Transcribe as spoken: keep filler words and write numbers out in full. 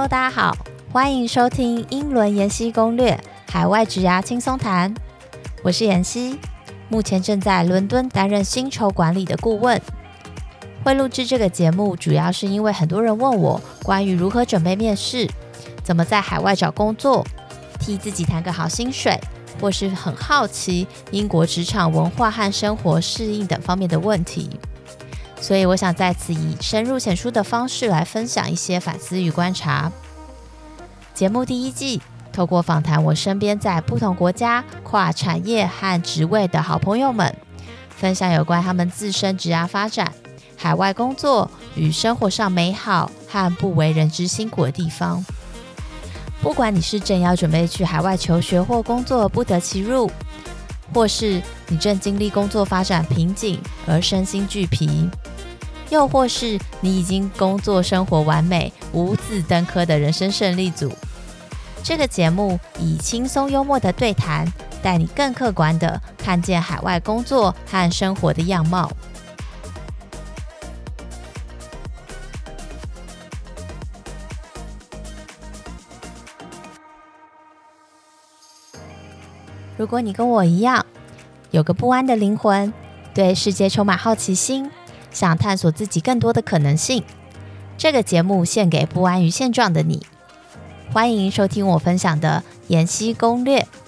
Hello， 大家好，欢迎收听英伦研析攻略海外职涯轻松谈。我是妍希，目前正在伦敦担任薪酬管理的顾问。会录制这个节目，主要是因为很多人问我关于如何准备面试，怎么在海外找工作，替自己谈个好薪水，或是很好奇英国职场文化和生活适应等方面的问题。所以我想在此以深入浅出的方式来分享一些反思与观察。节目第一季透过访谈我身边在不同国家跨产业和职位的好朋友们，分享有关他们自身职涯发展、海外工作与生活上美好和不为人知辛苦的地方。不管你是正要准备去海外求学或工作不得其入，或是你正经历工作发展瓶颈而身心俱疲，又或是你已经工作生活完美无字登科的人生胜利组，这个节目以轻松幽默的对谈，带你更客观地看见海外工作和生活的样貌。如果你跟我一样，有个不安的灵魂，对世界充满好奇心，想探索自己更多的可能性，这个节目献给不安于现状的你。欢迎收听我分享的妍希攻略